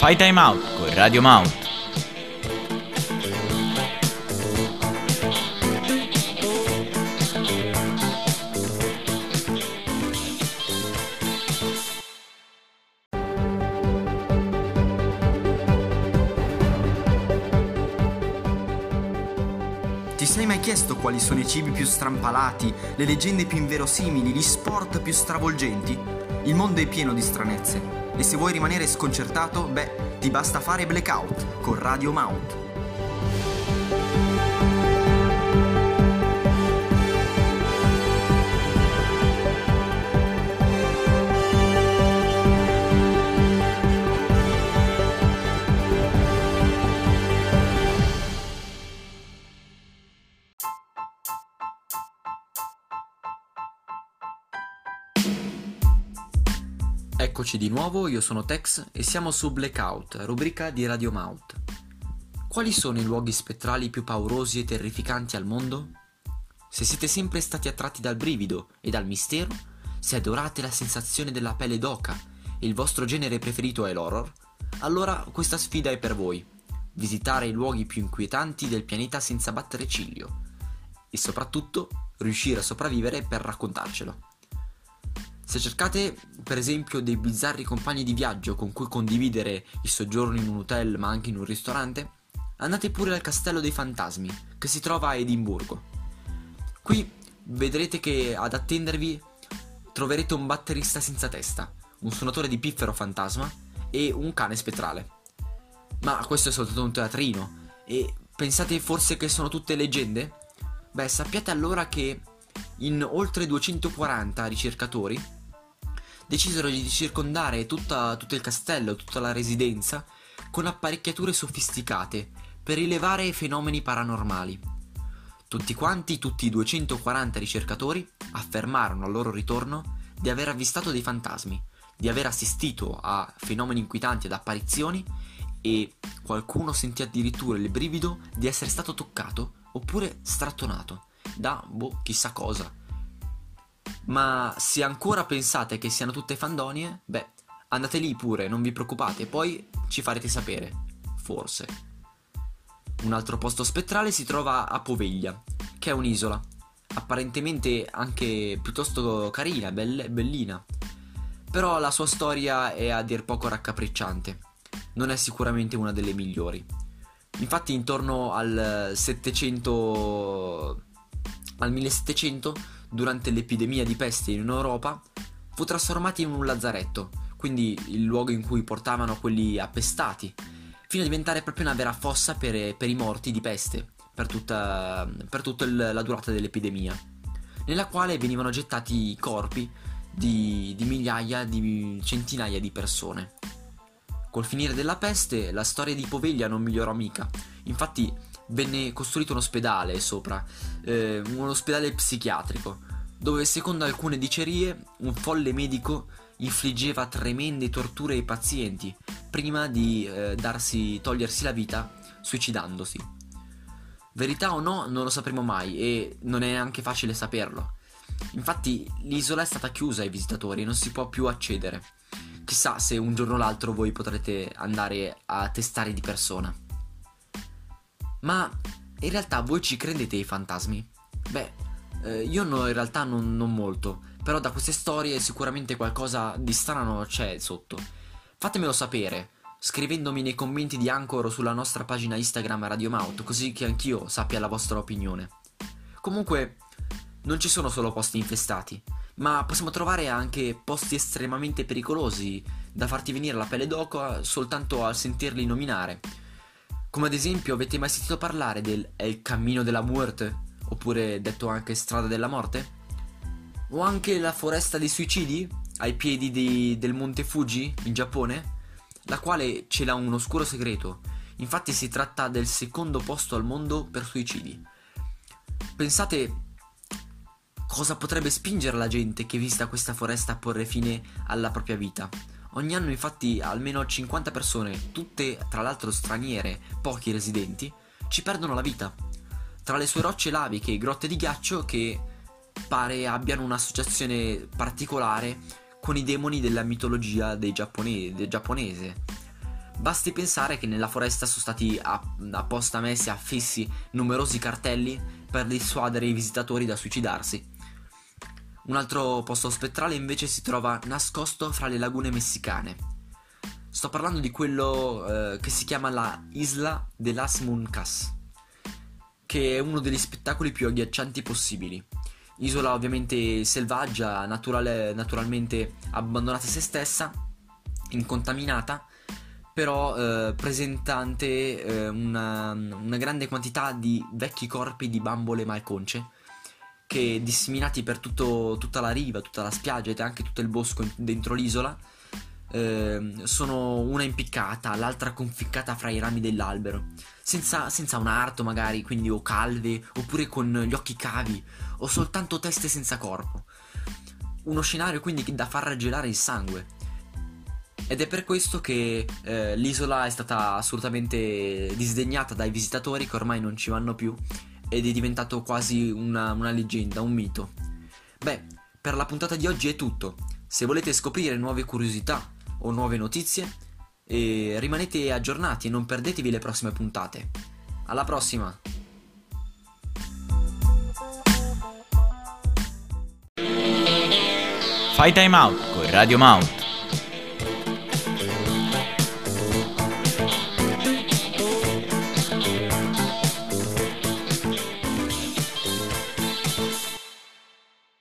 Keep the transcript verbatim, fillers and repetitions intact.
Fai Time Out con Radio Mount. Ti sei mai chiesto quali sono i cibi più strampalati, le leggende più inverosimili, gli sport più stravolgenti? Il mondo è pieno di stranezze e se vuoi rimanere sconcertato, beh, ti basta fare Blackout con Radio Mount. Eccoci di nuovo, io sono Tex e siamo su Blackout, rubrica di Radio Mount. Quali sono i luoghi spettrali più paurosi e terrificanti al mondo? Se siete sempre stati attratti dal brivido e dal mistero, se adorate la sensazione della pelle d'oca e il vostro genere preferito è l'horror, allora questa sfida è per voi. Visitare i luoghi più inquietanti del pianeta senza battere ciglio e soprattutto riuscire a sopravvivere per raccontarcelo. Se cercate per esempio dei bizzarri compagni di viaggio con cui condividere il soggiorno in un hotel ma anche in un ristorante, andate pure al Castello dei Fantasmi che si trova a Edimburgo. Qui vedrete che ad attendervi troverete un batterista senza testa, un suonatore di piffero fantasma e un cane spettrale. Ma questo è soltanto un teatrino e pensate forse che sono tutte leggende? Beh, sappiate allora che in oltre duecentoquaranta ricercatori decisero di circondare tutta, tutto il castello, tutta la residenza con apparecchiature sofisticate per rilevare fenomeni paranormali. Tutti quanti, tutti i duecentoquaranta ricercatori affermarono al loro ritorno di aver avvistato dei fantasmi, di aver assistito a fenomeni inquietanti ed apparizioni e qualcuno sentì addirittura il brivido di essere stato toccato oppure strattonato da boh chissà cosa. Ma se ancora pensate che siano tutte fandonie, beh, andate lì pure, non vi preoccupate, poi ci farete sapere, forse. Un altro posto spettrale si trova a Poveglia, che è un'isola, apparentemente anche piuttosto carina, belle, bellina, però la sua storia è a dir poco raccapricciante, non è sicuramente una delle migliori. Infatti intorno al settecento al millesettecento, durante l'epidemia di peste in Europa, fu trasformato in un lazzaretto, quindi il luogo in cui portavano quelli appestati, fino a diventare proprio una vera fossa per, per i morti di peste, per tutta, per tutta il, la durata dell'epidemia, nella quale venivano gettati i corpi di, di migliaia, di centinaia di persone. Col finire della peste, la storia di Poveglia non migliorò mica, infatti venne costruito un ospedale sopra, eh, un ospedale psichiatrico, dove secondo alcune dicerie un folle medico infliggeva tremende torture ai pazienti prima di eh, darsi, togliersi la vita suicidandosi. Verità o no non lo sapremo mai e non è neanche facile saperlo. Infatti l'isola è stata chiusa ai visitatori e non si può più accedere. Chissà se un giorno o l'altro voi potrete andare a testare di persona. Ma in realtà voi ci credete ai fantasmi? Beh, eh, io no, in realtà non, non molto, però da queste storie sicuramente qualcosa di strano c'è sotto. Fatemelo sapere, scrivendomi nei commenti di Anchor o sulla nostra pagina Instagram Radio Mount, così che anch'io sappia la vostra opinione. Comunque, non ci sono solo posti infestati, ma possiamo trovare anche posti estremamente pericolosi da farti venire la pelle d'oca soltanto al sentirli nominare. Come ad esempio, avete mai sentito parlare del El Camino de la Muerte? Oppure detto anche Strada della Morte? O anche la Foresta dei Suicidi? Ai piedi di, del Monte Fuji, in Giappone? La quale cela un oscuro segreto. Infatti si tratta del secondo posto al mondo per suicidi. Pensate cosa potrebbe spingere la gente che visita questa foresta a porre fine alla propria vita. Ogni anno infatti almeno cinquanta persone, tutte tra l'altro straniere, pochi residenti, ci perdono la vita. Tra le sue rocce laviche e grotte di ghiaccio che pare abbiano un'associazione particolare con i demoni della mitologia dei giappone- del giapponese. Basti pensare che nella foresta sono stati apposta messi affissi numerosi cartelli per dissuadere i visitatori da suicidarsi. Un altro posto spettrale invece si trova nascosto fra le lagune messicane. Sto parlando di quello eh, che si chiama la Isla de las Muncas, che è uno degli spettacoli più agghiaccianti possibili. Isola ovviamente selvaggia, naturale, naturalmente abbandonata a se stessa, incontaminata, però eh, presentante eh, una, una grande quantità di vecchi corpi di bambole malconce che, disseminati per tutto, tutta la riva, tutta la spiaggia e anche tutto il bosco in, dentro l'isola, eh, sono una impiccata, l'altra conficcata fra i rami dell'albero, senza, senza un arto magari, quindi o calve, oppure con gli occhi cavi, o soltanto teste senza corpo. Uno scenario quindi da far gelare il sangue. Ed è per questo che eh, l'isola è stata assolutamente disdegnata dai visitatori, che ormai non ci vanno più, ed è diventato quasi una, una leggenda, un mito. Beh, per la puntata di oggi è tutto. Se volete scoprire nuove curiosità o nuove notizie, eh, rimanete aggiornati e non perdetevi le prossime puntate. Alla prossima! Fai time out con Radio Mount.